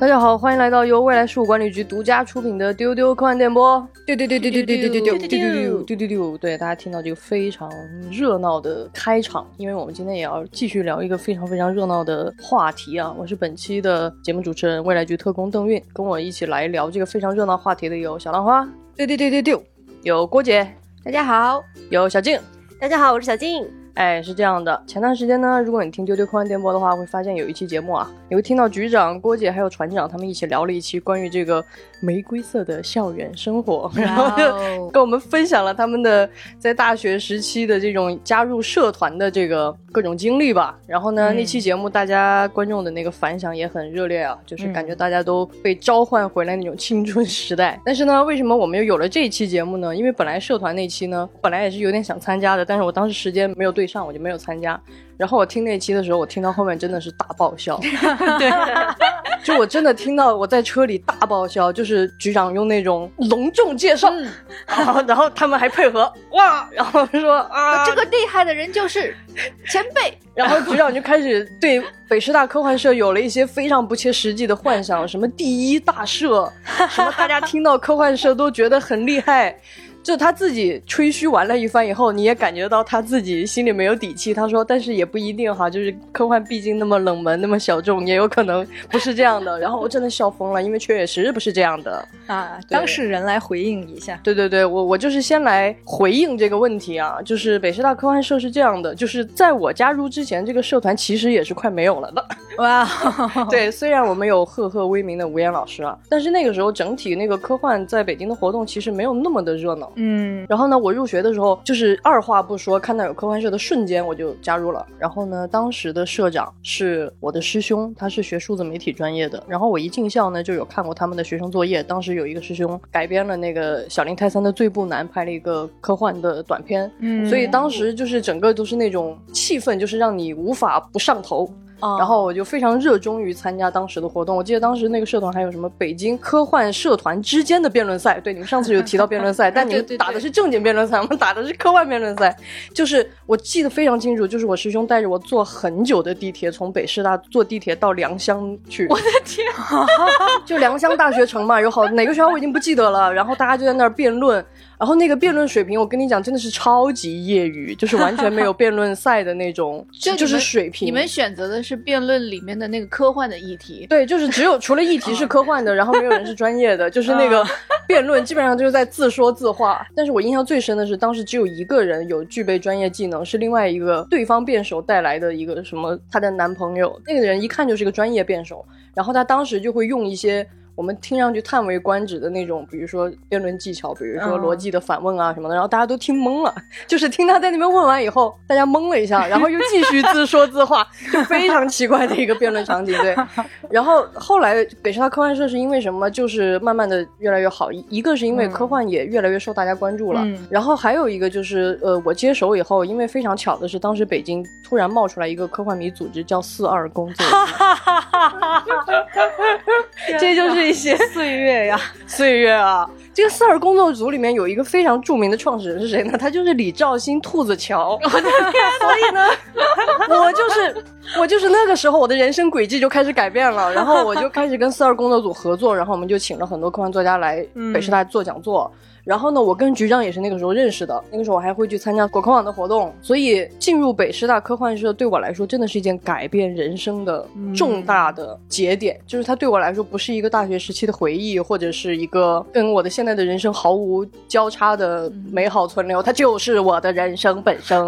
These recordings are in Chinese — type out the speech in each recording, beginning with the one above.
大家好，欢迎来到由未来事务管理局独家出品的丢丢科幻电波。丢，对，大家听到这个非常热闹的开场，因为我们今天也要继续聊一个非常非常热闹的话题啊。我是本期的节目主持人未来局特工邓韵，跟我一起来聊这个非常热闹话题的有小浪花，丢，有郭姐， 大家好， 有小静， 大家好，我是小静。 是这样的，前段时间呢，如果你听丢丢科幻电波的话，会发现有一期节目啊，你会听到局长、郭姐还有船长他们一起聊了一期关于这个玫瑰色的校园生活，然后就跟我们分享了他们的在大学时期的这种加入社团的这个各种经历吧。然后呢，那期节目大家观众的那个反响也很热烈啊，就是感觉大家都被召唤回来那种青春时代。但是呢，为什么我们又有了这一期节目呢？因为本来社团那期呢，本来也是有点想参加的，但是我当时时间没有对上，我就没有参加。然后我听那期的时候，我听到后面真的是大爆笑。对，就我真的听到我在车里大爆笑，就是局长用那种隆重介绍，然后他们还配合哇，然后说啊， 这个厉害的人就是前辈。 然后局长就开始对北师大科幻社有了一些非常不切实际的幻想，什么第一大社，什么大家听到科幻社都觉得很厉害。就他自己吹嘘完了一番以后，你也感觉到他自己心里没有底气。他说但是也不一定哈，就是科幻毕竟那么冷门那么小众，也有可能不是这样的。然后我真的笑疯了，因为确实不是这样的啊。当事人来回应一下。 对，我就是先来回应这个问题啊。就是北师大科幻社是这样的，就是在我加入之前，这个社团其实也是快没有了的。 哇， 对，虽然我们有赫赫威名的吴岩老师啊，但是那个时候整体那个科幻在北京的活动其实没有那么的热闹。然后呢，我入学的时候就是二话不说，看到有科幻社的瞬间我就加入了。然后呢，当时的社长是我的师兄，他是学数字媒体专业的。然后我一进校呢，就有看过他们的学生作业。当时有一个师兄改编了那个小林泰三的《最不难》，拍了一个科幻的短片。所以当时就是整个都是那种气氛，就是让你无法不上头。然后我就非常热衷于参加当时的活动。我记得当时那个社团还有什么北京科幻社团之间的辩论赛，对，你们上次有提到辩论赛，但你们打的是正经辩论赛，我们打的是科幻辩论赛。就是我记得非常清楚，就是我师兄带着我坐很久的地铁，从北师大坐地铁到良乡去。 我的天就良乡大学城嘛，有好哪个学校我已经不记得了。然后大家就在那儿辩论，然后那个辩论水平我跟你讲真的是超级业余，就是完全没有辩论赛的那种就是水平。 你们选择的是辩论里面的那个科幻的议题。 对，就是除了议题是科幻的然后没有人是专业的，就是那个辩论基本上就是在自说自话。但是我印象最深的是当时只有一个人有具备专业技能，是另外一个对方辩手带来的一个什么她的男朋友，那个人一看就是个专业辩手，然后他当时就会用一些我们听上去叹为观止的那种，比如说辩论技巧，比如说逻辑的反问啊什么的，然后大家都听懵了，就是听他在那边问完以后大家懵了一下，然后又继续自说自话，就非常奇怪的一个辩论场景。对，然后后来北师大科幻社是因为什么就是慢慢的越来越好，一个是因为科幻也越来越受大家关注了，然后还有一个就是我接手以后，因为非常巧的是当时北京突然冒出来一个科幻迷组织叫42工作这就是一些岁月呀，岁月啊！这个42工作组里面有一个非常著名的创始人是谁呢？他就是李兆新兔子桥。我的天！所以呢，我就是那个时候我的人生轨迹就开始改变了，然后我就开始跟42工作组合作，然后我们就请了很多科幻作家来北师大做讲座。然后呢，我跟局长也是那个时候认识的，那个时候我还会去参加国科网的活动，所以进入北师大科幻社对我来说真的是一件改变人生的重大的节点，就是它对我来说不是一个大学时期的回忆，或者是一个跟我的现在的人生毫无交叉的美好存留，它就是我的人生本身。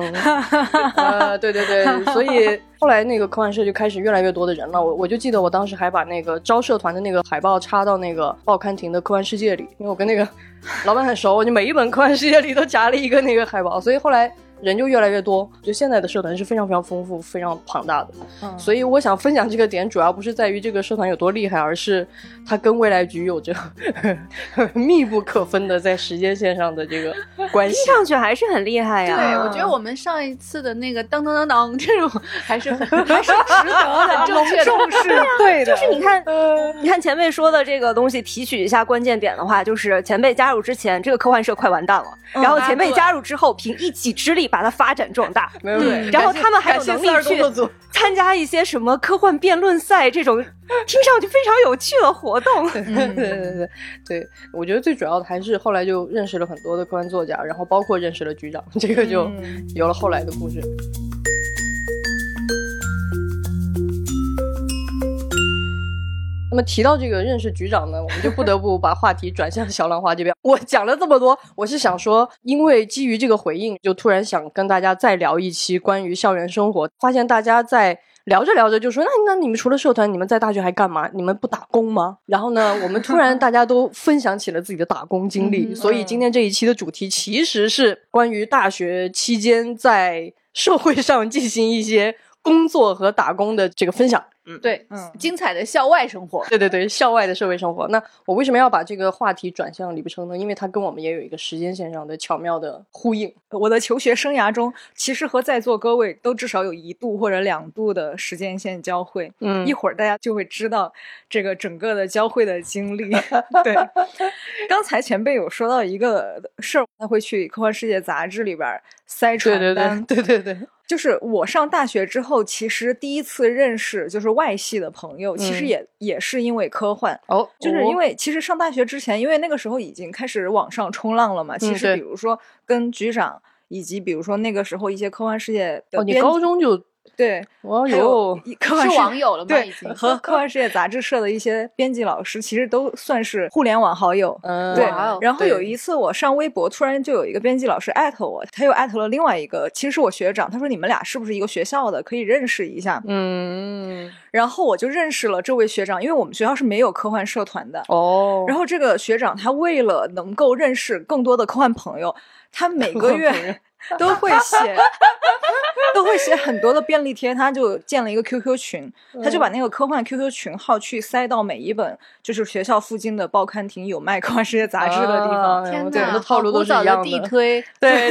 对，所以后来那个科幻社就开始越来越多的人了，我就记得我当时还把那个招社团的那个海报插到那个报刊亭的科幻世界里，因为我跟那个老板很熟，我就每一本科幻世界里都夹了一个那个海报，所以后来人就越来越多，就现在的社团是非常非常丰富非常庞大的。所以我想分享这个点主要不是在于这个社团有多厉害，而是它跟未来局有着密不可分的在时间线上的这个关系， 听上去还是很厉害呀。 对，我觉得我们上一次的那个当当当当这种还是值得很正确的重视。 对的， 就是你看前辈说的这个东西，提取一下关键点的话，就是前辈加入之前这个科幻社快完蛋了，然后前辈加入之后凭一己之力把它发展壮大， 没有， 然后他们还有能力去参参加一些什么科幻辩论赛这种听上去非常有趣的活动。 对，我觉得最主要的还是后来就认识了很多的科幻作家，然后包括认识了局长，这个就有了后来的故事。那么提到这个认识局长呢，我们就不得不把话题转向小浪花这边。我讲了这么多，我是想说，因为基于这个回应，就突然想跟大家再聊一期关于校园生活。发现大家在聊着聊着就说，那你们除了社团，你们在大学还干嘛？你们不打工吗？然后呢，我们突然大家都分享起了自己的打工经历。所以今天这一期的主题其实是关于大学期间在社会上进行一些工作和打工的这个分享。 对，精彩的校外生活。 对，校外的社会生活。那我为什么要把这个话题转向李不称呢？因为他跟我们也有一个时间线上的巧妙的呼应。 我的求学生涯中，其实和在座各位都至少有1度或者2度的时间线交汇。一会儿大家就会知道这个整个的交汇的经历。对，刚才前辈有说到一个事儿，他会去科幻世界杂志里边塞传单。 对。 就是我上大学之后，其实第一次认识就是外系的朋友，其实也是因为科幻。就是因为其实上大学之前，因为那个时候已经开始网上冲浪了嘛。其实比如说跟局长，以及比如说那个时候一些科幻世界的你高中就对， 还有是网友了吗？ 对， 已经和科幻世界杂志社的一些编辑老师，其实都算是互联网好友。对。然后有一次我上微博，突然就有一个编辑老师艾特我，他又艾特了另外一个，其实是我学长，他说你们俩是不是一个学校的，可以认识一下。然后我就认识了这位学长，因为我们学校是没有科幻社团的。然后这个学长他为了能够认识更多的科幻朋友，他每个月都会写很多的便利贴，他就建了一个 QQ 群，他就把那个科幻 QQ 群号去塞到每一本就是学校附近的报刊亭有卖科幻世界杂志的地方。 天哪，的套路都是一样的。 地推， 对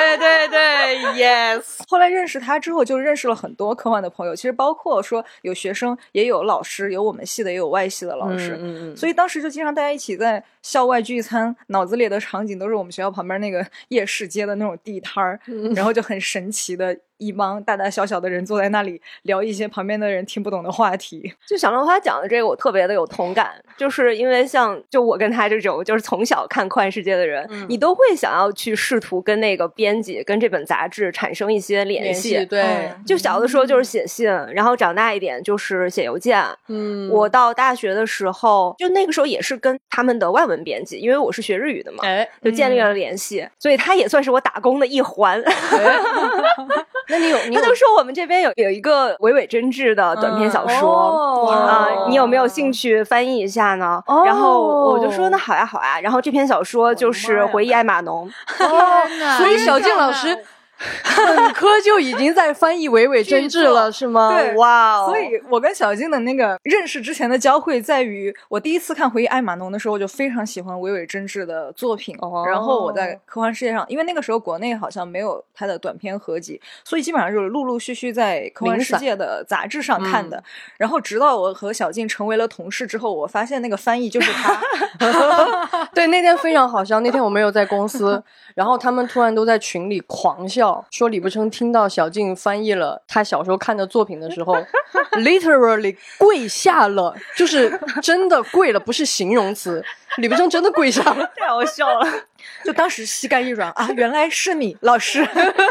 ，yes。 后来认识他之后，就认识了很多科幻的朋友，其实包括说有学生，也有老师，有我们系的，也有外系的老师。所以当时就经常大家一起在校外聚餐，脑子里的场景都是我们学校旁边那个夜市街的那种地摊儿，然后就很神奇的一帮大大小小的人坐在那里聊一些旁边的人听不懂的话题。 就小浪花讲的这个我特别的有同感，就是因为像就我跟他这种就是从小看科幻世界的人，你都会想要去试图跟那个编辑跟这本杂志产生一些联系。 对， 就小的时候就是写信，然后长大一点就是写邮件。我到大学的时候，就那个时候也是跟他们的外文编辑，因为我是学日语的嘛，就建立了联系，所以他也算是我打工的一环。 那你有他就说我们这边有一个尾尾真治的短篇小说你有没有兴趣翻译一下呢？然后我就说那好呀。然后这篇小说就是回忆艾玛农。 所以小静老师本科就已经在翻译尾尾真治了是吗？ 对， 哇所以我跟小静的那个认识之前的交汇在于，我第一次看回忆艾玛农的时候，我就非常喜欢尾尾真治的作品。然后我在科幻世界上，因为那个时候国内好像没有他的短篇合集，所以基本上就是陆陆续续在科幻世界的杂志上看的。然后直到我和小静成为了同事之后，我发现那个翻译就是他。 对，那天非常好笑，那天我没有在公司，然后他们突然都在群里狂笑，说李不称听到小静翻译了他小时候看的作品的时候literally 跪下了，就是真的跪了，不是形容词，李不称真的跪下了。 太好笑了， 就当时膝盖一软啊，原来是你老师。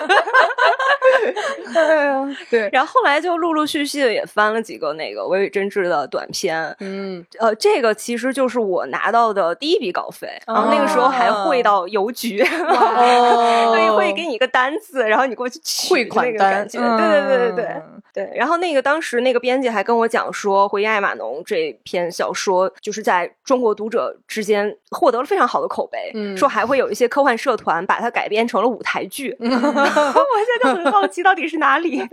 对，然后后来就陆陆续续的也翻了几个那个尾尾真治的短篇。这个其实就是我拿到的第一笔稿费，然后那个时候还汇到邮局，所以会给你一个单子，然后你过去取汇款单。 对。然后那个当时那个编辑还跟我讲说，回忆艾玛农这篇小说就是在中国读者之间获得了非常好的口碑，说还会有一些科幻社团把它改编成了舞台剧。我现在就很好奇到底是哪里。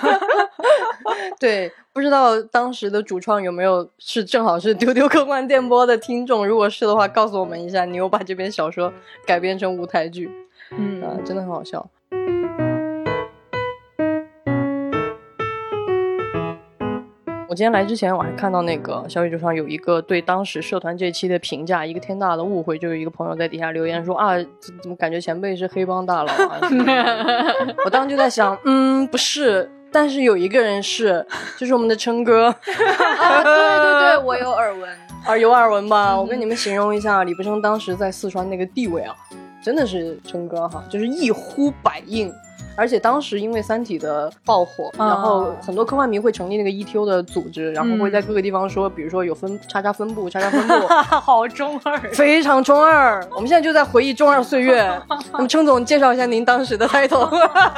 对，不知道当时的主创有没有是正好是丢丢科幻电波的听众，如果是的话告诉我们一下，你有把这篇小说改编成舞台剧。真的很好笑。我今天来之前我还看到那个小宇宙上有一个对当时社团这期的评价一个天大的误会，就有一个朋友在底下留言说怎么感觉前辈是黑帮大佬啊。我当时就在想不是， 但是有一个人是，就是我们的琛哥。 啊，对，我有耳闻。 有耳闻吧？我跟你们形容一下李不生当时在四川那个地位啊，真的是琛哥哈，就是一呼百应。而且当时因为三体的爆火，然后很多科幻迷会成立那个 ETO 的组织，然后会在各个地方说，比如说有叉叉分部好中二， 非常中二。我们现在就在回忆中二岁月。那么琛总介绍一下您当时的 title。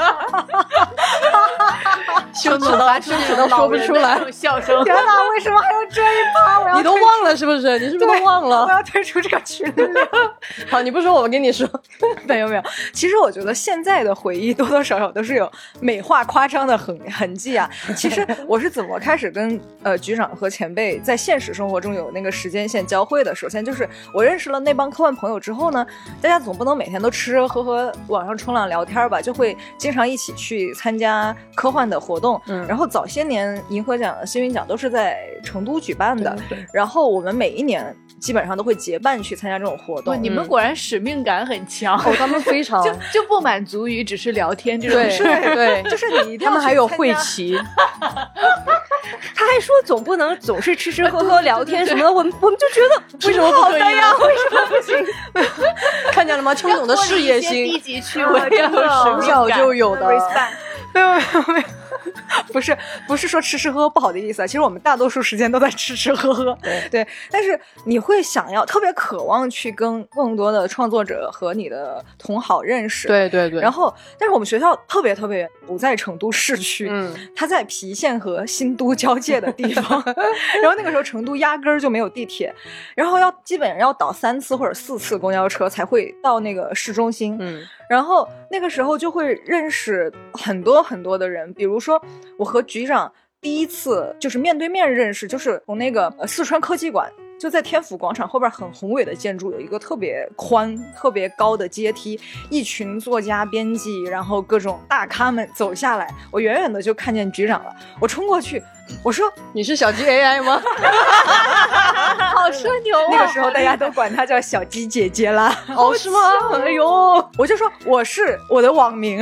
羞耻到说不出来， 笑声。 天哪，为什么还有这一趴？ 你都忘了是不是？你是不是都忘了？ 我要退出这个群里。 好，你不说我跟你说。 没有。其实我觉得现在的回忆多多少少都是有美化夸张的痕迹啊。其实我是怎么开始跟局长和前辈在现实生活中有那个时间线交汇的？首先就是我认识了那帮科幻朋友之后呢，大家总不能每天都吃吃喝喝网上冲浪聊天吧，就会经常一起去参加科幻的活动。然后早些年银河奖、星云奖都是在成都举办的，然后我们每一年基本上都会结伴去参加这种活动。 你们果然使命感很强。 他们非常就不满足于只是聊天这种事。 对， 就是你一定要他们还有会旗。 他还说总不能总是吃吃喝喝聊天什么的，我们就觉得为什么不可以呀？为什么不行？ 看见了吗？琛总的事业心， 低级趣味， 从小就有的。 没有。不是说吃吃喝喝不好的意思啊，其实我们大多数时间都在吃吃喝喝。对，但是你会想要特别渴望去跟更多的创作者和你的同好认识。 对。 然后，但是我们学校特别远，不在成都市区，它在郫县和新都交界的地方。然后那个时候成都压根儿就没有地铁，然后基本上要倒3次或者4次公交车才会到那个市中心。然后那个时候就会认识很多的人，比如说我和局长第一次就是面对面认识，就是从那个四川科技馆，就在天府广场后边很宏伟的建筑有一个特别宽特别高的阶梯，一群作家编辑然后各种大咖们走下来，我远远的就看见局长了，我冲过去我说你是小鸡 AI 吗？ 好社牛啊！ 那个时候大家都管她叫小鸡姐姐啦。 哦，是吗？ 哎呦，我就说我是我的网名。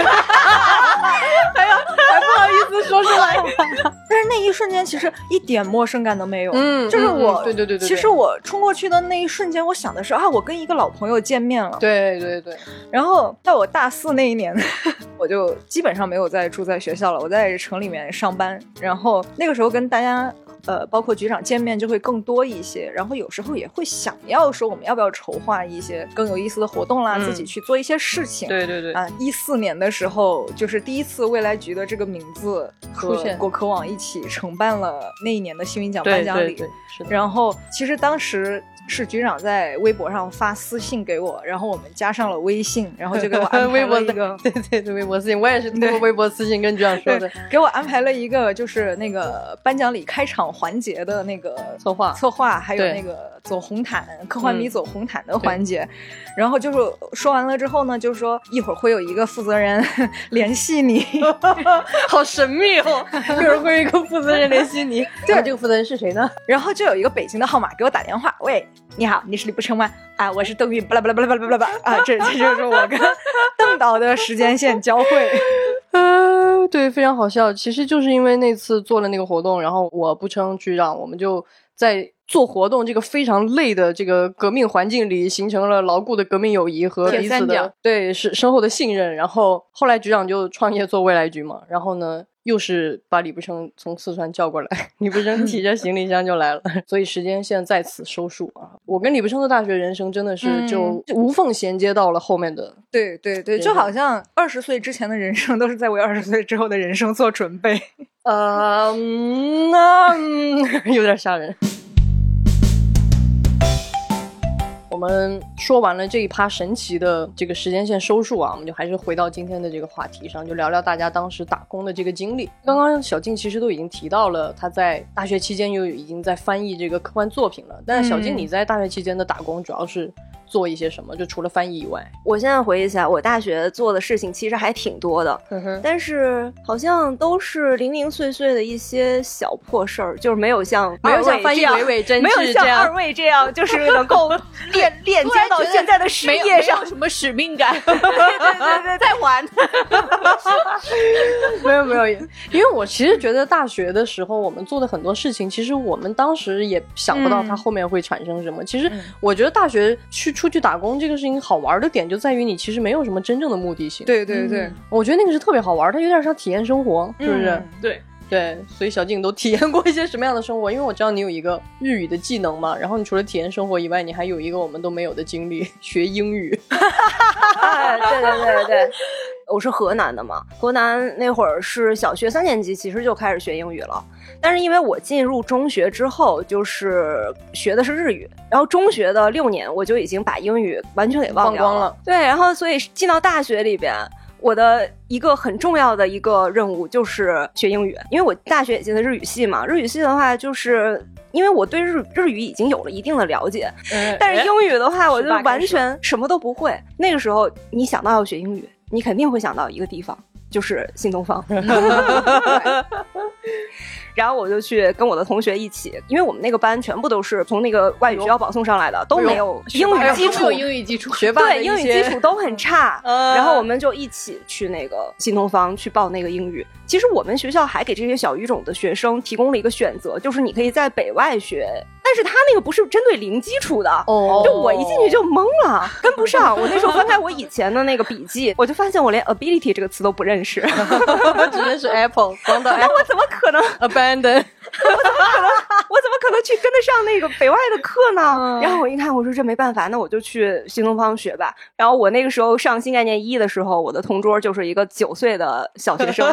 哎呀，还不好意思说出来。 但是那一瞬间其实一点陌生感都没有。就是我， 对。 其实我冲过去的那一瞬间，我想的是啊，我跟一个老朋友见面了。 对。 然后到我大4那一年，我就基本上没有再住在学校了，我在城里面上班。然后那个时候跟大家包括局长见面就会更多一些，然后有时候也会想要说我们要不要筹划一些更有意思的活动啦，自己去做一些事情。 对 14年的时候，就是第一次未来局的这个名字和果壳网一起承办了那一年的星云奖颁奖礼。 对， 然后其实当时是局长在微博上发私信给我，然后我们加上了微信，然后就给我安排了一个对微博私信，我也是通过微博私信跟局长说的， 给我安排了一个就是那个颁奖礼开场环节的那个策划，还有那个走红毯，科幻迷走红毯的环节。然后就是说完了之后呢，就说一会儿会有一个负责人联系你。 好神秘哦，一会儿会有一个负责人联系你。对，这个负责人是谁呢？ 然后就有一个北京的号码给我打电话，喂，你好，你是李不生吗？啊，我是邓韵，巴拉巴拉巴拉巴拉巴拉啊，这就是我跟邓导的时间线交汇。 对，非常好笑。其实就是因为那次做了那个活动，然后我不称局长，我们就在做活动这个非常累的这个革命环境里，形成了牢固的革命友谊和彼此的对深厚的信任。然后后来局长就创业做未来局嘛，然后呢又是把李不生从四川叫过来，李不生提着行李箱就来了。所以时间线在此收束啊！我跟李不生的大学人生真的是就无缝衔接到了后面的。 对，就好像20岁之前的人生都是在为20岁之后的人生做准备。 有点吓人。我们说完了这一趴神奇的这个时间线收束啊，我们就还是回到今天的这个话题上，就聊聊大家当时打工的这个经历。刚刚小静其实都已经提到了他在大学期间又已经在翻译这个科幻作品了，但是小静你在大学期间的打工主要是做一些什么？就除了翻译以外， 我现在回忆起来，我大学做的事情其实还挺多的，但是好像都是零零碎碎的一些小破事儿，就是没有像翻译伟伟真没有像二位这样，就是能够链接到现在的事业上， 没有什么使命感。对，在玩。 没有，因为我其实觉得大学的时候我们做的很多事情，其实我们当时也想不到它后面会产生什么。其实我觉得大学出去打工这个事情好玩的点就在于你其实没有什么真正的目的性。 对对对， 我觉得那个是特别好玩，它有点像体验生活，是不是？ 对， 所以小静都体验过一些什么样的生活？因为我知道你有一个日语的技能嘛，然后你除了体验生活以外，你还有一个我们都没有的经历，学英语。 对，我是河南的嘛，河南那会儿是小学3年级其实就开始学英语了，但是因为我进入中学之后就是学的是日语，然后中学的6年我就已经把英语完全给忘掉了。对，然后所以进到大学里边，我的一个很重要的一个任务就是学英语，因为我大学也进的日语系嘛，日语系的话就是因为我对日语已经有了一定的了解，但是英语的话我就完全什么都不会。那个时候你想到要学英语，你肯定会想到一个地方，就是新东方。然后我就去跟我的同学一起，因为我们那个班全部都是从那个外语学校保送上来的，都没有英语基础， 学霸对，英语基础都很差。然后我们就一起去那个新东方去报那个英语。其实我们学校还给这些小语种的学生提供了一个选择，就是你可以在北外学，但是他那个不是针对零基础的。就我一进去就懵了，跟不上。我那时候翻开我以前的那个笔记，我就发现我连 ability 这个词都不认识， 只认识 apple， 光到 apple， 那我怎么可能 abandon？ 我怎么可能去跟得上那个北外的课呢？然后我一看，我说这没办法，那我就去新东方学吧。然后我那个时候上新概念1的时候，我的同桌就是一个9岁的小学生。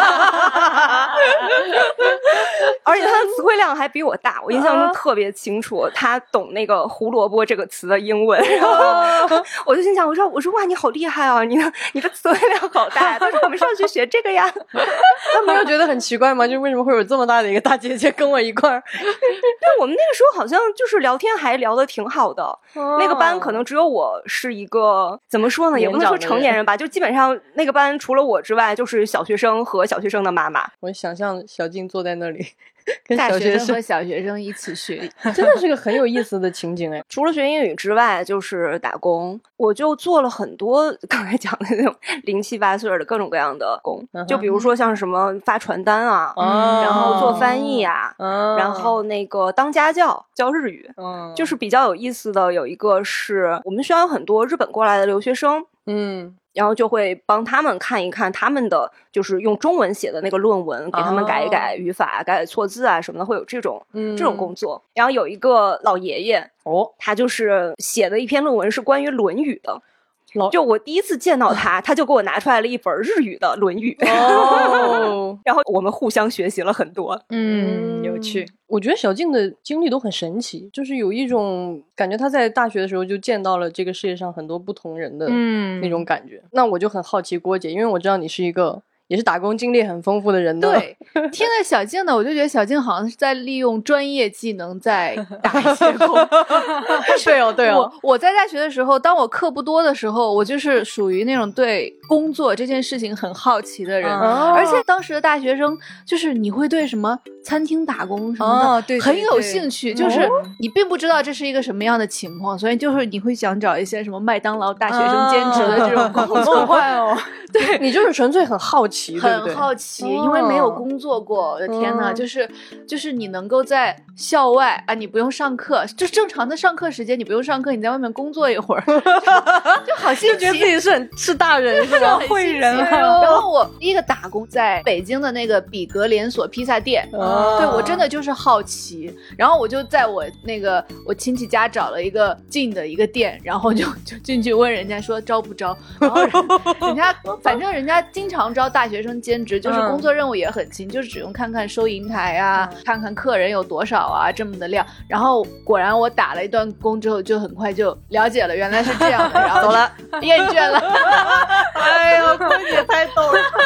而且他的词汇量还比我大，我印象中特别清楚，他懂那个胡萝卜这个词的英文。然后我就心想，我说哇，你好厉害啊，你的词汇量好大呀。他说我们上去学这个呀。 他没有觉得很奇怪吗？就为什么会有这么大的一个大姐姐跟我一块儿？ 对，我们那个时候好像就是聊天还聊得挺好的。那个班可能只有我是一个怎么说呢，也不能说成年人吧，就基本上那个班除了我之外就是小学生和小学生的妈妈。 我想象小静坐在那里跟大学生和小学生一起学， 真的是个很有意思的情景哎。 除了学英语之外就是打工，我就做了很多刚才讲的那种0、7、8岁的各种各样的工，就比如说像什么发传单啊，然后做翻译啊，然后那个当家教教日语，就是比较有意思的有一个是我们学校有很多日本过来的留学生，然后就会帮他们看一看他们的就是用中文写的那个论文，给他们改一改语法，改改错字啊什么的，会有这种工作。然后有一个老爷爷他就是写的一篇论文是关于《论语》的。就我第一次见到他，他就给我拿出来了一本日语的《论语》，然后我们互相学习了很多。 有趣。 我觉得小静的经历都很神奇，就是有一种感觉，他在大学的时候就见到了这个世界上很多不同人的那种感觉。那我就很好奇郭姐，因为我知道你是一个也是打工经历很丰富的人的。 对，听了小静的，我就觉得小静好像是在利用专业技能在打一些工。 对哦。 我在大学的时候，当我课不多的时候，我就是属于那种对工作这件事情很好奇的人，而且当时的大学生就是你会对什么餐厅打工什么的很有兴趣，就是你并不知道这是一个什么样的情况，所以就是你会想找一些什么麦当劳大学生兼职的这种工作。 对，你就是纯粹很好奇， 很好奇，因为没有工作过。我的天哪，就是你能够在校外啊，你不用上课，就正常的上课时间，你不用上课，你在外面工作一会儿，就好新奇， 觉得自己是大人是吧？ 会人了。然后我第一个打工在北京的那个比格连锁披萨店，对，我真的就是好奇，然后我就在我亲戚家找了一个近的一个店，然后就进去问人家说招不招，然后人家反正人家经常招大学生兼职，就是工作任务也很轻，就是只用看看收银台啊，看看客人有多少啊，这么的量。然后果然我打了一段工之后，就很快就了解了，原来是这样的，然后走了， 厌倦了。 哎呦，郭姐太逗了。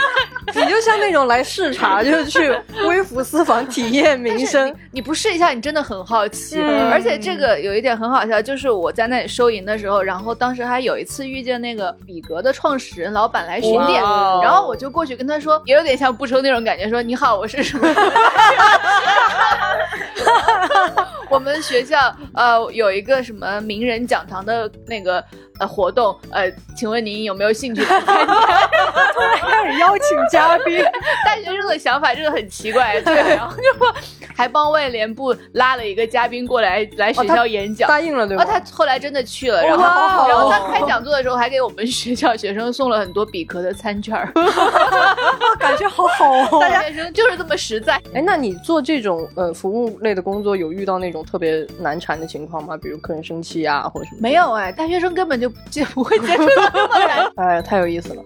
你就像那种来视察，就是去微服私访体验民生。 你不试一下，你真的很好奇。而且这个有一点很好笑，就是我在那里收银的时候，然后当时还有一次遇见那个比格的创始人老板来巡店，然后我就过去跟他说，也有点像不抽那种感觉，说你好，我是什么我们学校有一个什么名人讲堂的那个活动，请问您有没有兴趣来参加？ 开始邀请嘉宾。 大学生的想法真的很奇怪，对，然后就还帮外联部拉了一个嘉宾过来学校演讲， 答应了对吧？ 他后来真的去了，然后他开讲座的时候还给我们学校学生送了很多比格的餐券感觉好好哦， 大学生就是这么实在。 那你做这种服务类的工作，有遇到那种特别难缠的情况吗？比如客人生气啊，或者什么？ 没有大学生根本就不会接触到这么难。 哎，太有意思了。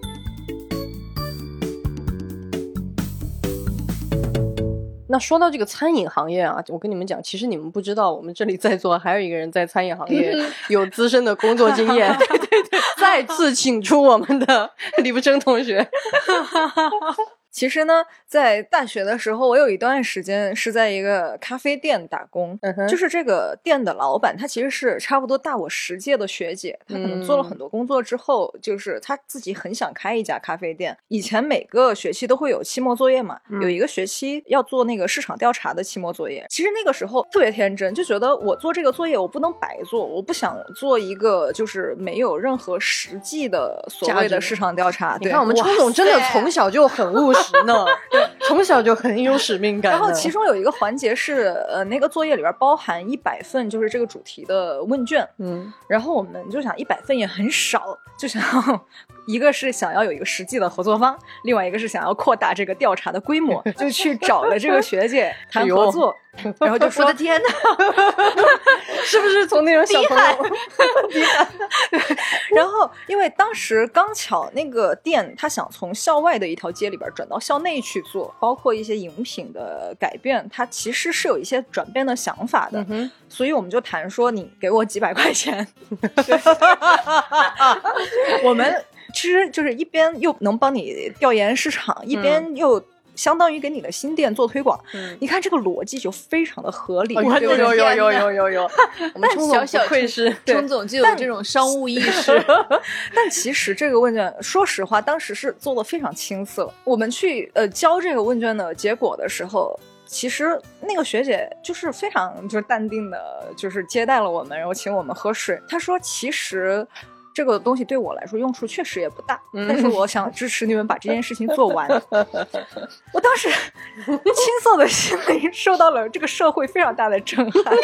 那说到这个餐饮行业啊，我跟你们讲，其实你们不知道，我们这里在座还有一个人在餐饮行业有资深的工作经验。对对对，再次请出我们的李不生同学。 其实呢，在大学的时候，我有一段时间是在一个咖啡店打工，就是这个店的老板，他其实是差不多大我10届的学姐，他可能做了很多工作之后，就是他自己很想开一家咖啡店。以前每个学期都会有期末作业嘛，有一个学期要做那个市场调查的期末作业。其实那个时候特别天真，就觉得我做这个作业我不能白做，我不想做一个就是没有任何实际的所谓的市场调查。 你看我们冲总真的从小就很务实呢，对，从小就很有使命感。 然后其中有一个环节是，那个作业里边包含100份就是这个主题的问卷，然后我们就想100份也很少，就想一个是想要有一个实际的合作方，另外一个是想要扩大这个调查的规模，就去找了这个学姐谈合作。然后就说我的天哪是不是从那种小朋友低喊然后因为当时刚巧那个店他想从校外的一条街里边转到校内去做，包括一些饮品的改变，他其实是有一些转变的想法的，所以我们就谈说你给我几百块钱我们其实就是一边又能帮你调研市场，一边又相当于给你的新店做推广，你看这个逻辑就非常的合理。 有，我们冲总不愧是冲总就有这种商务意识。 但其实这个问卷，说实话，当时是做的非常青涩。我们去交这个问卷的结果的时候，其实那个学姐就是非常就是淡定的，就是接待了我们，然后请我们喝水。她说，其实这个东西对我来说用处确实也不大，但是我想支持你们把这件事情做完。我当时青涩的心灵受到了这个社会非常大的震撼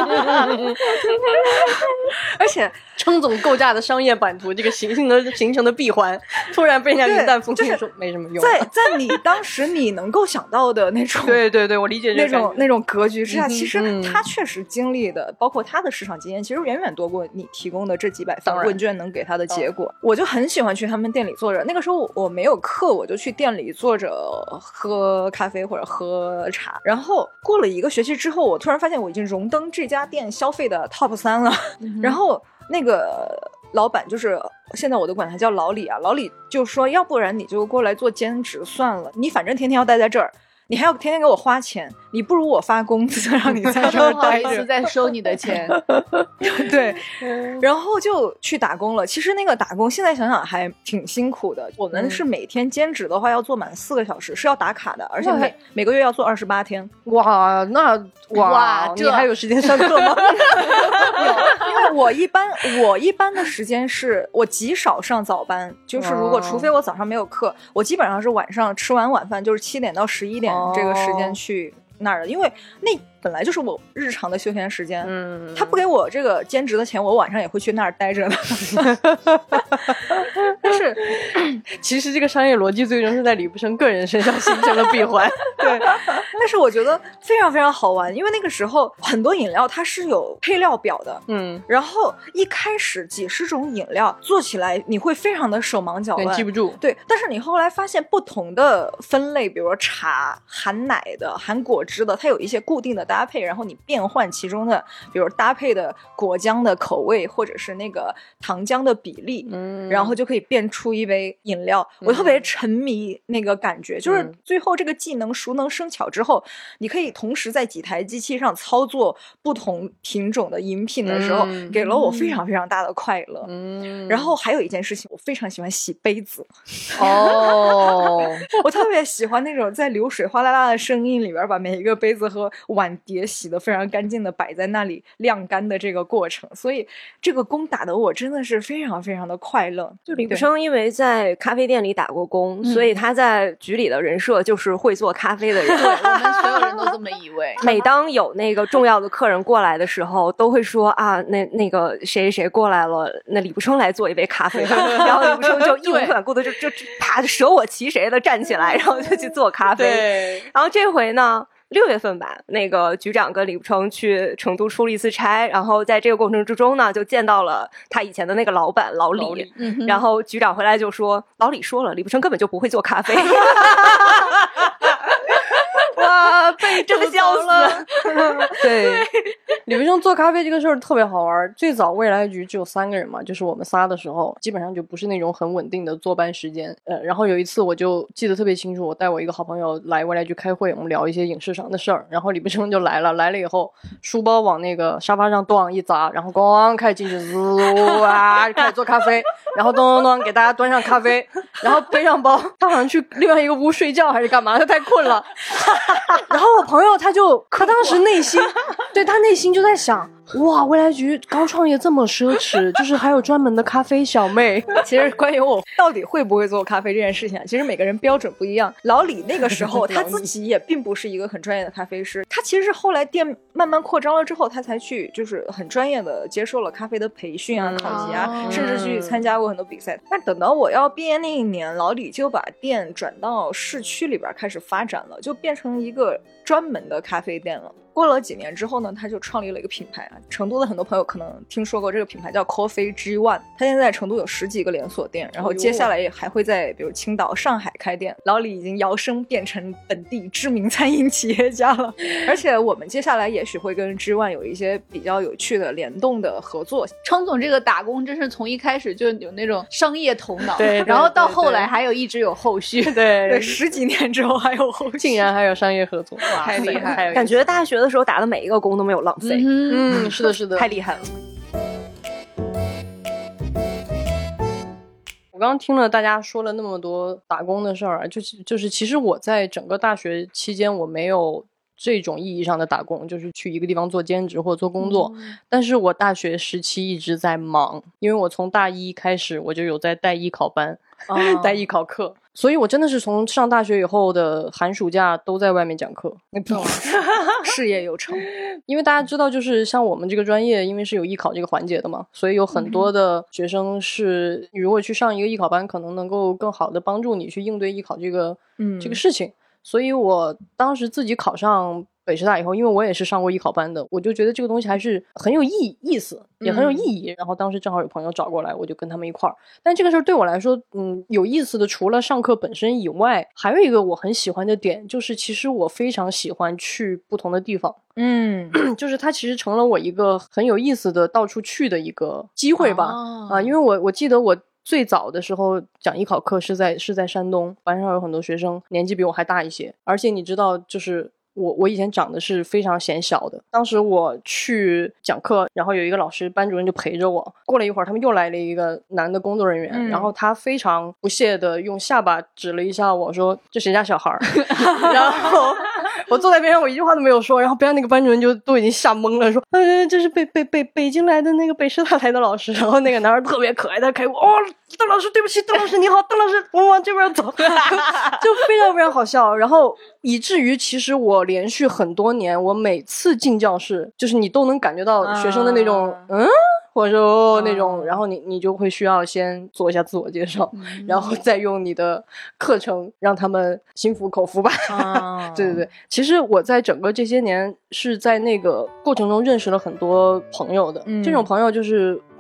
而且冲总构架的商业版图，这个形成的闭环突然被人家云淡风轻说没什么用。 在你当时你能够想到的那种对对对，我理解这种那种格局之下，其实他确实经历的包括他的市场经验其实远远多过你提供的这几百份问卷能给他的结果。我就很喜欢去他们店里坐着，那个时候我没有课，我就去店里坐着喝咖啡或者喝茶。然后过了1个学期之后，我突然发现我已经荣登这家店消费的 top 3了。然后那个老板就是现在我都管他叫老李啊，老李就说要不然你就过来做兼职算了，你反正天天要待在这儿，你还要天天给我花钱，你不如我发工资让你在这儿待着， 不好意思再收你的钱对，然后就去打工了。其实那个打工现在想想还挺辛苦的，我们是每天兼职的话要做满4个小时，是要打卡的，而且每个月要做28天。 哇，你还有时间上课吗？ 因为我一般的时间是我极少上早班，就是如果除非我早上没有课，我基本上是晚上吃完晚饭就是7点到11点这个时间去那儿的，因为那本来就是我日常的休闲时间。他不给我这个兼职的钱，我晚上也会去那儿待着的。但是其实这个商业逻辑最终是在李不生个人身上形成了闭环。 对，但是我觉得非常非常好玩，因为那个时候很多饮料它是有配料表的，然后一开始几十种饮料做起来你会非常的手忙脚乱， 记不住。 对，但是你后来发现不同的分类，比如说茶、含奶的、含果汁的，它有一些固定的搭配，然后你变换其中的比如搭配的果浆的口味或者是那个糖浆的比例，然后就可以变出一杯饮料。我特别沉迷那个感觉，就是最后这个技能熟能生巧之后，你可以同时在几台机器上操作不同品种的饮品的时候，给了我非常非常大的快乐。然后还有一件事情，我非常喜欢洗杯子。我特别喜欢那种在流水哗啦啦的声音里边把每一个杯子和碗碟洗得非常干净的摆在那里晾干的这个过程，所以这个工打得我真的是非常非常的快乐。 就李不生因为在咖啡店里打过工，所以他在局里的人设就是会做咖啡的人。 对，我们所有人都这么以为。 每当有那个重要的客人过来的时候，都会说啊，那个谁谁过来了，那李不生来做一杯咖啡。然后李不生就义无反顾的就啪舍我其谁的站起来，然后就去做咖啡。 对， 然后这回呢，6月份吧，那个局长跟李不生去成都出了一次差，然后在这个过程之中呢，就见到了他以前的那个老板老李。然后局长回来就说，老李说了，李不生根本就不会做咖啡。哇，被真的笑死了。 对，李不生做咖啡这个事儿特别好玩。最早未来局只有3个人嘛，就是我们仨的时候，基本上就不是那种很稳定的坐班时间。然后有一次我就记得特别清楚，我带我一个好朋友来未来局开会，我们聊一些影视上的事儿，然后李不生就来了以后，书包往那个沙发上咣一砸，然后咣开始进去滋啊，开始做咖啡，然后咚咚咚给大家端上咖啡，然后背上包，他好像去另外一个屋睡觉还是干嘛，他太困了。然后我朋友他当时内心对他内心就在想，哇，未来局刚创业这么奢侈，就是还有专门的咖啡小妹。 其实关于我到底会不会做咖啡这件事情啊，其实每个人标准不一样。老李那个时候他自己也并不是一个很专业的咖啡师，他其实是后来店慢慢扩张了之后，他才去就是很专业的接受了咖啡的培训啊、考级啊，甚至去参加过很多比赛。但等到我要毕业那一年，老李就把店转到市区里边开始发展了，就变成一个专门的咖啡店了。过了几年之后呢，他就创立了一个品牌啊，成都的很多朋友可能听说过这个品牌叫 Coffee G1， 他现在在成都有10几个连锁店，然后接下来也还会在比如青岛、上海开店。老李已经摇身变成本地知名餐饮企业家了，而且我们接下来也许会跟 G1 有一些比较有趣的联动的合作。 程总这个打工真是从一开始就有那种商业头脑， 对， 然后到后来还有一直有后续， 对 10几年之后还有后续， 竟然还有商业合作，哇， 太厉害！ 感觉大学的时候打的每一个工都没有浪费。 是的，是的， 太厉害了。 我刚刚听了大家说了那么多打工的事儿，就是其实我在整个大学期间我没有这种意义上的打工，就是去一个地方做兼职或者做工作，但是我大学时期一直在忙，因为我从大一开始我就有在带艺考班，带艺考课，所以我真的是从上大学以后的寒暑假都在外面讲课， 事业有成。 因为大家知道，就是像我们这个专业，因为是有艺考这个环节的嘛，所以有很多的学生是，你如果去上一个艺考班，可能能够更好的帮助你去应对艺考这个事情。所以我当时自己考上北师大以后，因为我也是上过艺考班的，我就觉得这个东西还是很有意思，也很有意义。然后当时正好有朋友找过来，我就跟他们一块儿。但这个事儿对我来说，有意思的除了上课本身以外，还有一个我很喜欢的点，就是其实我非常喜欢去不同的地方。就是它其实成了我一个很有意思的到处去的一个机会吧。因为我记得我最早的时候讲艺考课是在山东，班上有很多学生年纪比我还大一些，而且你知道就是我以前长得是非常显小的，当时我去讲课，然后有一个老师班主任就陪着我，过了一会儿他们又来了一个男的工作人员，然后他非常不屑的用下巴指了一下我说这谁家小孩然后我坐在边上，我一句话都没有说，然后边上那个班主任就都已经吓懵了，说这是北京来的那个北师大来的老师，然后那个男孩特别可爱，他开口邓老师对不起，邓老师你好，邓老师我们往这边走就非常非常好笑。然后以至于其实我连续很多年，我每次进教室就是你都能感觉到学生的那种或者说那种，然后你就会需要先做一下自我介绍，然后再用你的课程让他们心服口服吧。对，其实我在整个这些年是在那个过程中认识了很多朋友的，这种朋友就是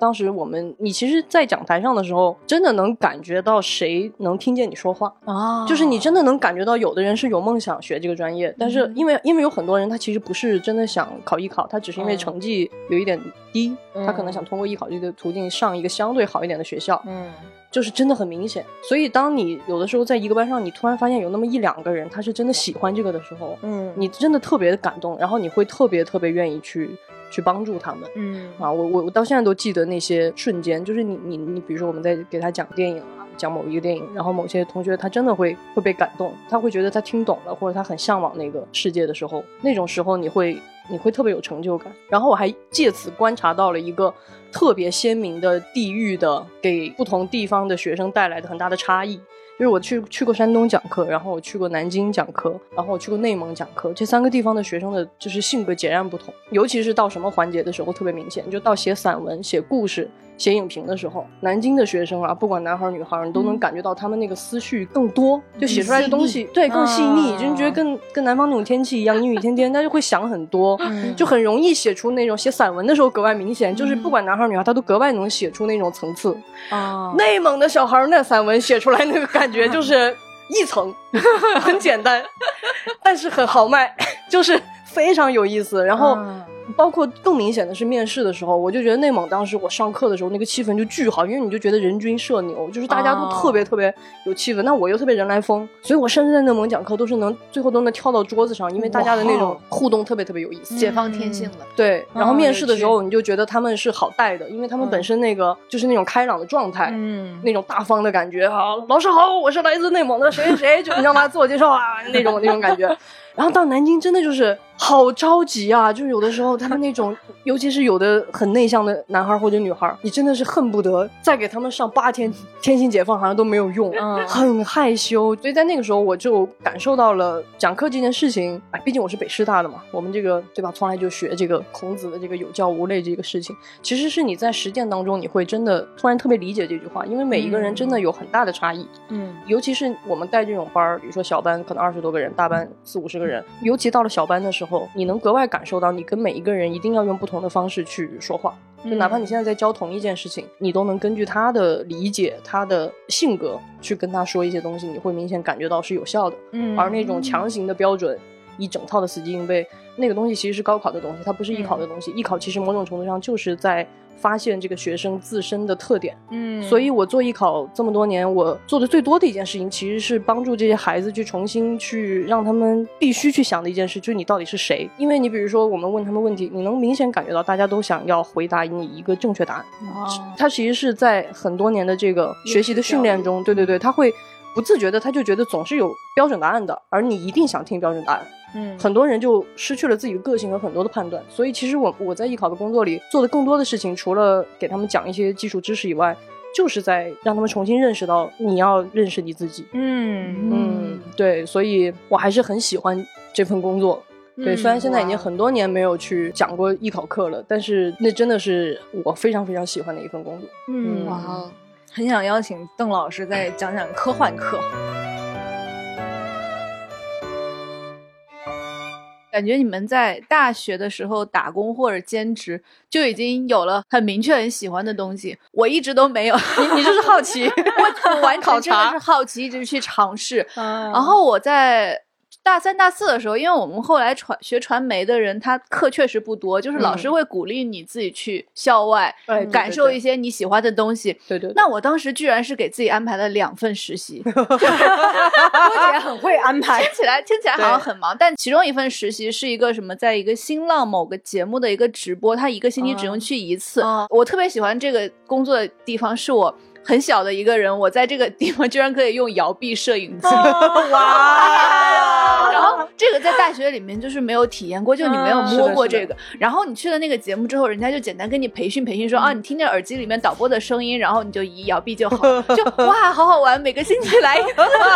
当时你其实在讲台上的时候真的能感觉到谁能听见你说话啊，就是你真的能感觉到有的人是有梦想学这个专业，但是因为有很多人他其实不是真的想考艺考，他只是因为成绩有一点低，他可能想通过艺考这个途径上一个相对好一点的学校，就是真的很明显。所以当你有的时候在一个班上你突然发现有那么1-2个人他是真的喜欢这个的时候，你真的特别的感动，然后你会特别愿意去帮助他们。我到现在都记得那些瞬间，就是你比如说我们在给他讲电影啊，讲某一个电影，然后某些同学他真的会被感动，他会觉得他听懂了，或者他很向往那个世界的时候，那种时候你会特别有成就感。然后我还借此观察到了一个特别鲜明的地域的给不同地方的学生带来的很大的差异。就是我去过山东讲课，然后我去过南京讲课，然后我去过内蒙讲课，这3个地方的学生的就是性格截然不同，尤其是到什么环节的时候特别明显，就到写散文写故事写影评的时候，南京的学生啊，不管男孩女孩，你都能感觉到他们那个思绪更多，就写出来的东西对更细腻，就你觉得跟南方那种天气一样，阴雨天天他就会想很多，就很容易写出那种写散文的时候格外明显，就是不管男孩女孩他都格外能写出那种层次内蒙的小孩那散文写出来那个感觉就是一层很简单但是很豪迈，就是非常有意思。然后包括更明显的是面试的时候，我就觉得内蒙当时我上课的时候那个气氛就巨好，因为你就觉得人均社牛，就是大家都特别有气氛，那我又特别人来疯，所以我甚至在内蒙讲课都是最后都能跳到桌子上，因为大家的那种互动特别有意思， 解放天性了。 对，然后面试的时候你就觉得他们是好带的，因为他们本身那个就是那种开朗的状态，那种大方的感觉啊，老师好，我是来自内蒙的谁谁谁，就你让他自我介绍啊那种感觉。然后到南京真的就是好着急啊，就是有的时候他们那种尤其是有的很内向的男孩或者女孩，你真的是恨不得再给他们上8天天性解放好像都没有用，很害羞。所以在那个时候我就感受到了讲课这件事情，毕竟我是北师大的嘛，我们这个对吧，从来就学这个孔子的这个有教无类这个事情，其实是你在实践当中你会真的突然特别理解这句话，因为每一个人真的有很大的差异，尤其是我们带这种班，比如说小班可能20多个人，大班40-50个人，尤其到了小班的时候，你能格外感受到你跟每一个人一定要用不同的方式去说话，就哪怕你现在在教同一件事情，你都能根据他的理解他的性格去跟他说一些东西，你会明显感觉到是有效的。而那种强行的标准一整套的死记硬背，那个东西其实是高考的东西，它不是艺考的东西，艺考其实某种程度上就是在发现这个学生自身的特点。所以我做艺考这么多年，我做的最多的一件事情其实是帮助这些孩子去重新去让他们必须去想的一件事，就是你到底是谁。因为你比如说我们问他们问题，你能明显感觉到大家都想要回答你一个正确答案，他其实是在很多年的这个学习的训练中，对，他会不自觉的他就觉得总是有标准答案的，而你一定想听标准答案。很多人就失去了自己的个性和很多的判断。所以其实我在艺考的工作里做的更多的事情，除了给他们讲一些基础知识以外，就是在让他们重新认识到你要认识你自己。对，所以我还是很喜欢这份工作。对，虽然现在已经很多年没有去讲过艺考课了，但是那真的是我非常喜欢的一份工作。 哇，很想邀请邓老师再讲讲科幻课。 感觉你们在大学的时候打工或者兼职就已经有了很明确很喜欢的东西，我一直都没有。 你就是好奇我完全真的是好奇，一直去尝试。然后我在大3大4的时候，因为我们后来学传媒的人他课确实不多，就是老师会鼓励你自己去校外感受一些你喜欢的东西。 对， 那我当时居然是给自己安排了2份实习。 郭姐很会安排， 听起来好像很忙，但其中一份实习是一个什么，在一个新浪某个节目的一个直播，他1个星期只用去1次。我特别喜欢这个工作的地方是我很小的一个人，我在这个地方居然可以用摇臂摄影机。哇！然后这个在大学里面就是没有体验过，就你没有摸过这个。然后你去了那个节目之后，人家就简单跟你培训说啊，你听着耳机里面导播的声音，然后你就移摇臂就好了。就哇，好好玩，每个星期来一次。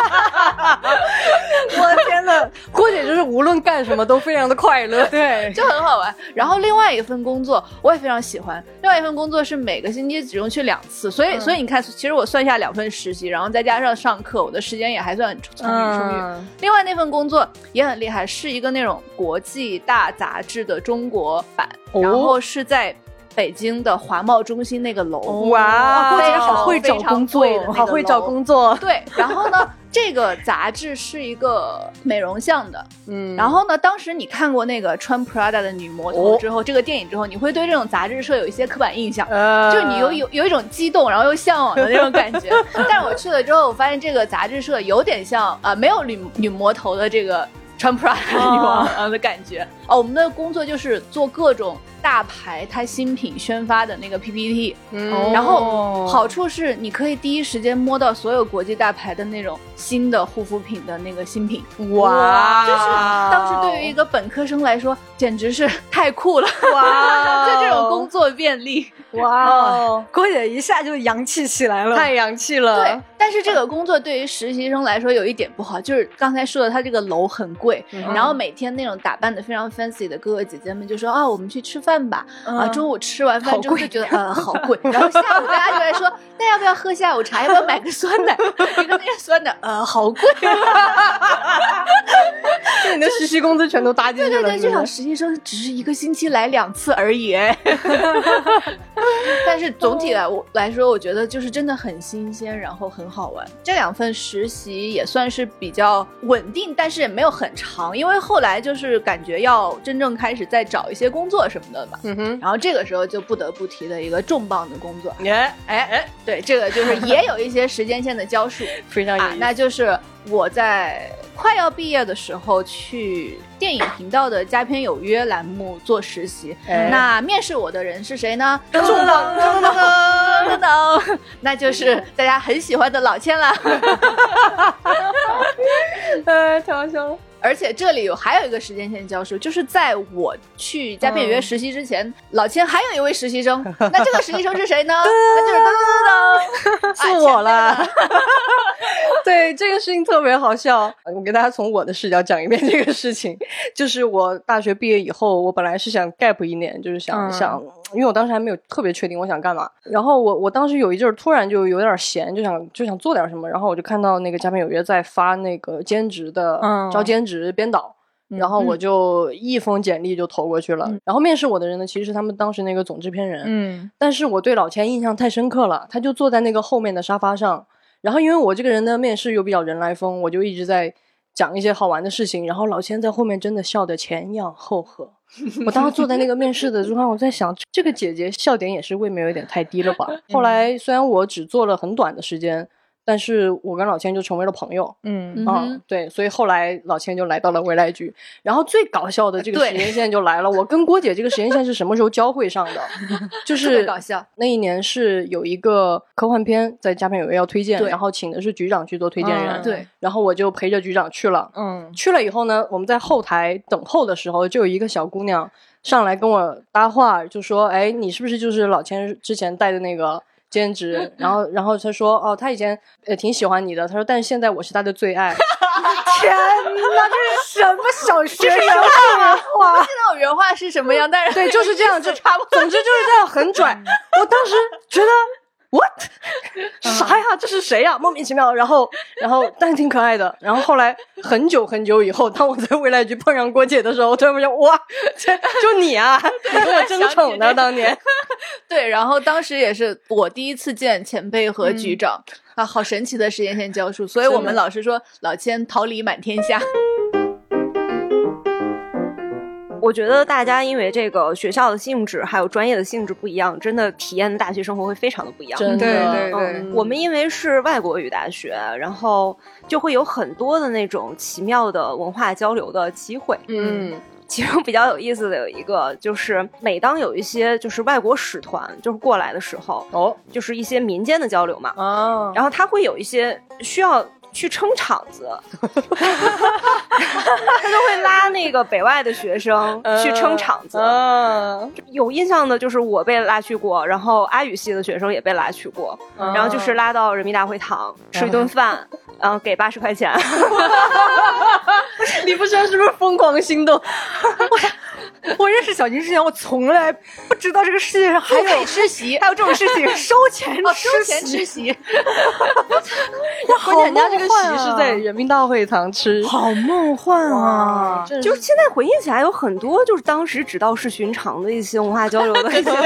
我的天哪，郭姐就是无论干什么都非常的快乐， 对，就很好玩。然后另外一份工作我也非常喜欢，另外一份工作是每个星期只用去2次，所以你看，其实我算下2份实习，然后再加上上课，我的时间也还算充裕。另外那份工作也很厉害，是一个那种国际大杂志的中国版，然后是在北京的华贸中心那个楼。 哇， 郭姐好会找工作，好会找工作。 对，然后呢，这个杂志是一个美容向的，然后呢，当时你看过那个穿 Prada 的女魔头之后，这个电影之后，你会对这种杂志社有一些刻板印象，就是你有一种激动，然后又向往的那种感觉。但是我去了之后，我发现这个杂志社有点像没有女魔头的这个穿 Prada 女王的感觉。我们的工作就是做各种大牌它新品宣发的那个 PPT，然后好处是你可以第一时间摸到所有国际大牌的那种新的护肤品的那个新品。 哇， 就是当时对于一个本科生来说简直是太酷了。哇，就这种工作便利。 哇，郭姐一下就洋气起来了， 太洋气了。 对，但是这个工作对于实习生来说有一点不好，就是刚才说的它这个楼很贵，然后每天那种打扮的非常 fancy 的哥哥姐姐们就说我们去吃饭吧，中午吃完饭之后就觉得好贵，然后下午大家就来说那要不要喝下午茶，要不要买个酸奶，一个那个酸奶好贵。 就你的实习工资全都搭进去了。 对，就想实习生只是一个星期来2次而已。但是总体来说我觉得就是真的很新鲜，然后很好玩。这2份实习也算是比较稳定，但是也没有很长，因为后来就是感觉要真正开始再找一些工作什么的嘛。然后这个时候就不得不提的一个重磅的工作，对，这个就是也有一些时间线的交束。 非常有意思。 那就是我在快要毕业的时候去电影频道的佳片有约栏目做实习。那面试我的人是谁呢？那就是大家很喜欢的老千了。 太好笑了。 而且这里还有一个时间线交束，就是在我去佳片有约实习之前，老千还有一位实习生。那这个实习生是谁呢？那就是是我了。对，这个事情特别好笑。我给大家从我的视角讲一遍这个事情。就是我大学毕业以后，我本来是想 gap 1年，就是想因为我当时还没有特别确定我想干嘛。然后我当时有一阵儿突然就有点闲，就想做点什么。然后我就看到那个佳片有约在发那个兼职的招兼职编导。然后我就一封简历就投过去了。然后面试我的人呢，其实是他们当时那个总制片人。但是我对老千印象太深刻了，他就坐在那个后面的沙发上。然后因为我这个人的面试又比较人来疯，我就一直在讲一些好玩的事情，然后老千在后面真的笑得前仰后合。我当时坐在那个面试的地方，我在想这个姐姐笑点也是未免有点太低了吧。后来虽然我只做了很短的时间，但是我跟老千就成为了朋友。对，所以后来老千就来到了未来局。然后最搞笑的这个时间线就来了，我跟郭姐这个时间线是什么时候交汇上的？就是搞笑， 那一年是有一个科幻片在佳片有约要推荐，然后请的是局长去做推荐人。 对， 然后我就陪着局长去了。去了以后呢，我们在后台等候的时候，就有一个小姑娘上来跟我搭话，就说：“哎，你是不是就是老千之前带的那个？”兼职，然后他说他以前挺喜欢你的，他说但是现在我是他的最爱。 天哪，这是什么小学生原话？ 不知道我原话是什么样，但是对，就是这样，就差不多，总之就是这样，很拽。我当时觉得 what 啥呀，这是谁呀，莫名其妙。然后但是挺可爱的。然后后来很久很久以后，当我在未来局碰上郭姐的时候，我突然发现哇，就你啊，你跟我争宠的当年。 对，然后当时也是我第一次见前辈和局长。好神奇的时间线交束。所以我们老师说老千桃李满天下。 我觉得大家因为这个学校的性质还有专业的性质不一样，真的体验的大学生活会非常的不一样。 真的， 对， 我们因为是外国语大学，然后就会有很多的那种奇妙的文化交流的机会。其中比较有意思的有一个，就是每当有一些就是外国使团就是过来的时候，就是一些民间的交流嘛，然后他会有一些需要去撑场子，他就会拉那个北外的学生去撑场子。有印象的就是我被拉去过，然后阿语系的学生也被拉去过，然后就是拉到人民大会堂吃一顿饭，给80块钱。 李不生是不是疯狂心动？ 我认识小金之前，我从来不知道这个世界上还有吃席， 还有这种事情，收钱吃席。 关键人家这个席是在人民大会堂吃， 好梦幻啊！ 就是现在回忆起来，有很多就是当时只道是寻常的一些文化交流的一些机会。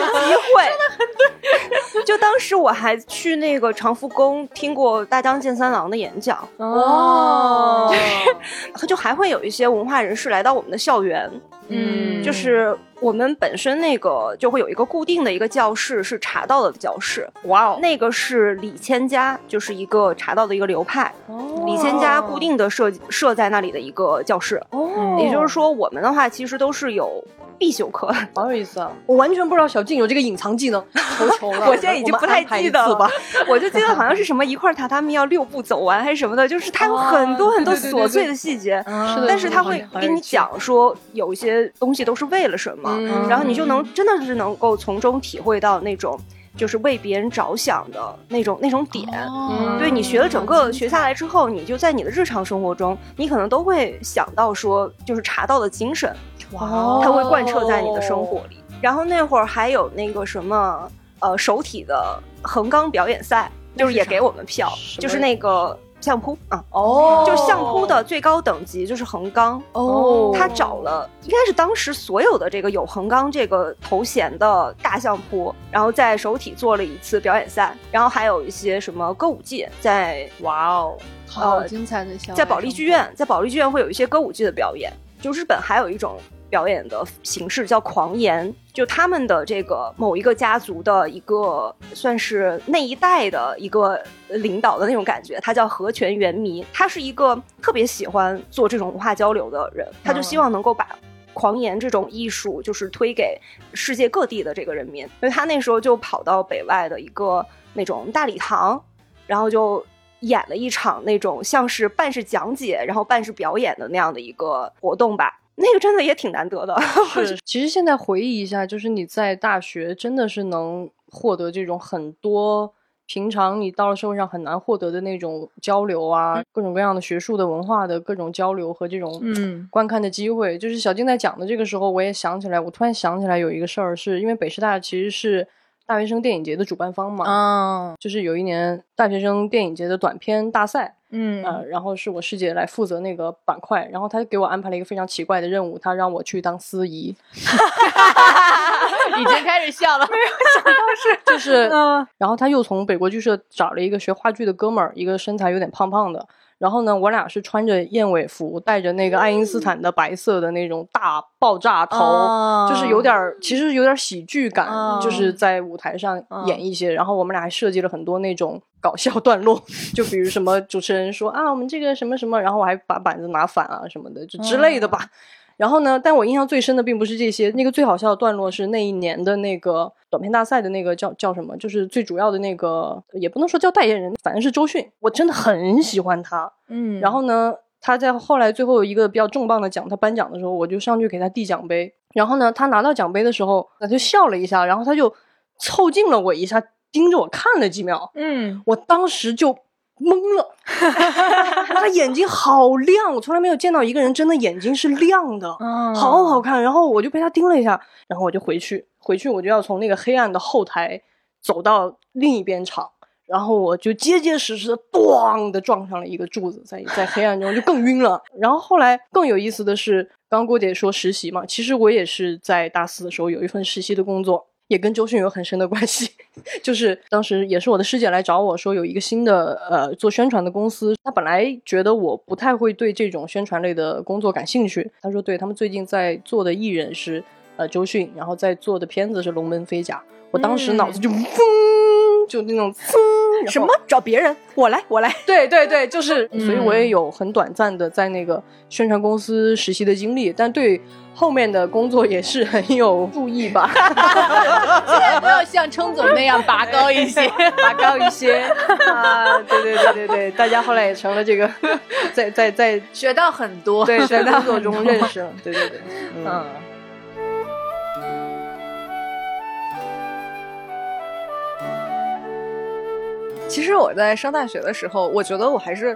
就当时我还去那个长福宫听过大江健三郎的演讲哦， 就还会有一些文化人士来到我们的校园。就是我们本身那个就会有一个固定的一个教室是茶道的教室， 哇哦， 那个是李千家，就是一个茶道的一个流派，李千家固定的设在那里的一个教室。也就是说我们的话其实都是有必修课。 好有意思啊！我完全不知道小静有这个隐藏技能，求了。 我现在已经不太记得了，我就记得好像是什么一块榻榻米要6步走完还是什么的，就是它有很多很多琐碎的细节，但是他会跟你讲说有一些东西都是为了什么，然后你就真的是能够从中体会到那种就是为别人着想的那种点。对，你学了整个学下来之后，你就在你的日常生活中，你可能都会想到说就是茶道的精神，它会贯彻在你的生活里。然后那会儿还有那个什么手体的横纲表演赛，就是也给我们票，就是那个相扑啊，就是相扑的最高等级就是横纲他找了应该是当时所有的这个有横纲这个头衔的大相扑，然后在首体做了一次表演赛，然后还有一些什么歌舞伎在好精彩的校外在保利剧院会有一些歌舞伎的表演。就日本还有一种表演的形式叫狂言，就他们的这个某一个家族的一个算是那一代的一个领导的那种感觉，他叫和泉元弥，他是一个特别喜欢做这种文化交流的人，他就希望能够把狂言这种艺术就是推给世界各地的这个人民，所以他那时候就跑到北外的一个那种大礼堂，然后就演了一场那种像是半是讲解然后半是表演的那样的一个活动吧，那个真的也挺难得的。 是，其实现在回忆一下，就是你在大学真的是能获得这种很多平常你到了社会上很难获得的那种交流啊，各种各样的学术的文化的各种交流和这种观看的机会。就是小静在讲的这个时候，我也想起来，我突然想起来有一个事儿，是因为北师大其实是大学生电影节的主办方嘛，就是有一年大学生电影节的短片大赛，然后是我师姐来负责那个板块，然后她给我安排了一个非常奇怪的任务，她让我去当司仪。 已经开始笑了， 没有想到是就是，然后他又从北国剧社找了一个学话剧的哥们儿，一个身材有点胖胖的。然后呢，我俩是穿着燕尾服，戴着那个爱因斯坦的白色的那种大爆炸头，就是其实有点喜剧感，就是在舞台上演一些。然后我们俩还设计了很多那种搞笑段落，就比如什么主持人说啊，我们这个什么什么，然后我还把板子拿反啊什么的，就之类的吧。然后呢，但我印象最深的并不是这些，那个最好笑的段落是那一年的那个短片大赛的那个叫什么，就是最主要的那个，也不能说叫代言人，反正是周迅，我真的很喜欢他。然后呢，他在后来最后一个比较重磅的奖，他颁奖的时候，我就上去给他递奖杯，然后呢，他拿到奖杯的时候，他就笑了一下，然后他就凑近了我一下，盯着我看了几秒，我当时就懵了。他眼睛好亮，我从来没有见到一个人真的眼睛是亮的，好好看。然后我就被他盯了一下，然后我就回去我就要从那个黑暗的后台走到另一边场，然后我就结结实实的咣的撞上了一个柱子，在黑暗中就更晕了。然后后来更有意思的是，刚郭姐说实习嘛，其实我也是在大四的时候有一份实习的工作，也跟周迅有很深的关系。就是当时也是我的师姐来找我说有一个新的做宣传的公司，她本来觉得我不太会对这种宣传类的工作感兴趣，她说对，他们最近在做的艺人是周迅，然后在做的片子是龙门飞甲。我当时脑子就就那种什么找别人，我来对对对，就是所以我也有很短暂的在那个宣传公司实习的经历，但对后面的工作也是很有注意吧。 现在不要像程总那样拔高一些啊！对，大家后来也成了这个在学到很多， 对，在工作中认识了，对， 其实我在上大学的时候，我觉得我还是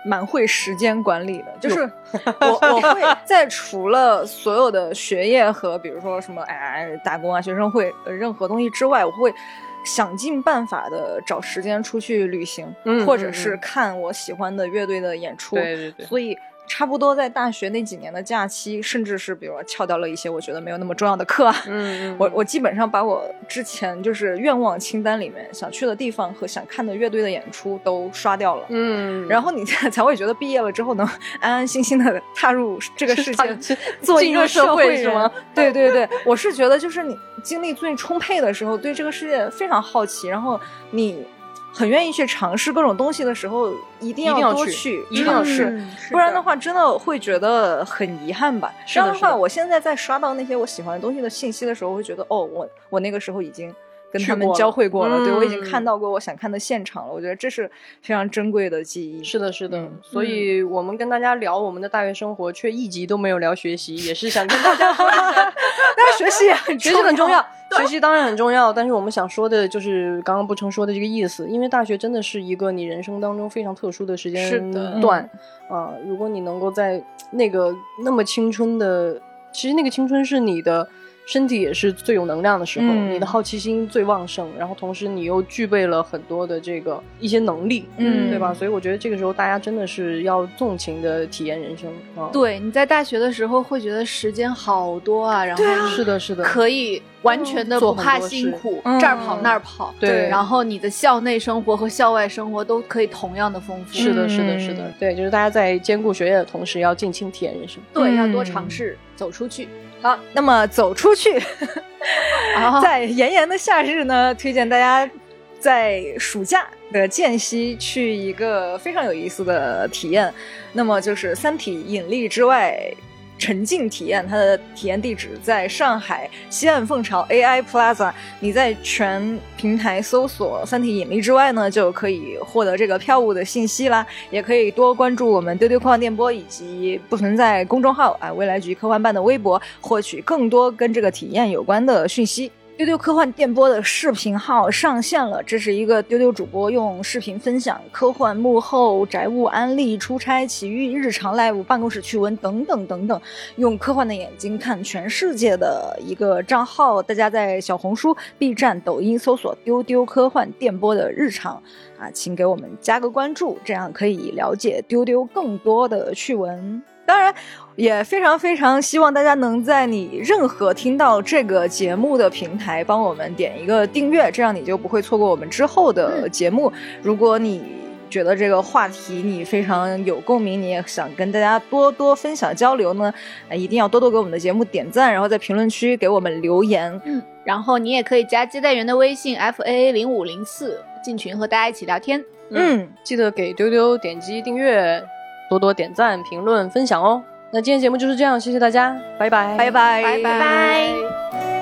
蛮会时间管理的，就是我会在除了所有的学业和比如说什么打工啊、学生会任何东西之外，我会想尽办法的找时间出去旅行，或者是看我喜欢的乐队的演出。 对， 所以差不多在大学那几年的假期，甚至是比如说翘掉了一些我觉得没有那么重要的课啊，我基本上把我之前就是愿望清单里面想去的地方和想看的乐队的演出都刷掉了，然后你才会觉得毕业了之后能安安心心的踏入这个世界，做一个社会是吗？对，我是觉得就是你精力最充沛的时候，对这个世界非常好奇，然后你很愿意去尝试各种东西的时候，一定要多去尝试，不然的话真的会觉得很遗憾吧。这样的话，我现在在刷到那些我喜欢的东西的信息的时候，会觉得我那个时候已经跟他们交汇过了，对，我已经看到过我想看的现场了，我觉得这是非常珍贵的记忆。 是的，所以我们跟大家聊我们的大学生活，却一集都没有聊学习，也是想跟大家说但是学习也很重要， 学习当然很重要，但是我们想说的就是刚刚不成说的这个意思，因为大学真的是一个你人生当中非常特殊的时间段如果你能够在那个那么青春的，其实那个青春是你的身体也是最有能量的时候，你的好奇心最旺盛，然后同时你又具备了很多的这个一些能力，对吧？所以我觉得这个时候大家真的是要纵情的体验人生对，你在大学的时候会觉得时间好多啊，然后是的可以完全的不怕辛苦，这儿跑那儿跑， 对， 然后你的校内生活和校外生活都可以同样的丰富。 是的，对，就是大家在兼顾学业的同时要尽情体验人生， 对，要多尝试，走出去。 好，那么走出去在炎炎的夏日呢，推荐大家在暑假的间隙去一个非常有意思的体验，那么就是三体引力之外沉浸体验，它的体验地址在上海西岸凤巢 AI Plaza， 你在全平台搜索三体引力之外呢，就可以获得这个票务的信息啦，也可以多关注我们丢丢科幻电波以及不存在公众号未来局科幻办的微博，获取更多跟这个体验有关的讯息。丢丢科幻电波的视频号上线了，这是一个丢丢主播用视频分享科幻幕后、宅物安利、出差奇遇、日常 live、办公室趣闻等等等等，用科幻的眼睛看全世界的一个账号。大家在小红书、B 站、抖音搜索丢丢科幻电波的日常请给我们加个关注，这样可以了解丢丢更多的趣闻。当然也非常非常希望大家能在你任何听到这个节目的平台帮我们点一个订阅，这样你就不会错过我们之后的节目。如果你觉得这个话题你非常有共鸣，你也想跟大家多多分享交流呢，一定要多多给我们的节目点赞，然后在评论区给我们留言。 然后你也可以加接待员的微信 FAA0504 进群和大家一起聊天。 记得给丢丢点击订阅，多多点赞、评论、分享哦。那今天节目就是这样，谢谢大家，拜拜， 拜拜， 拜拜。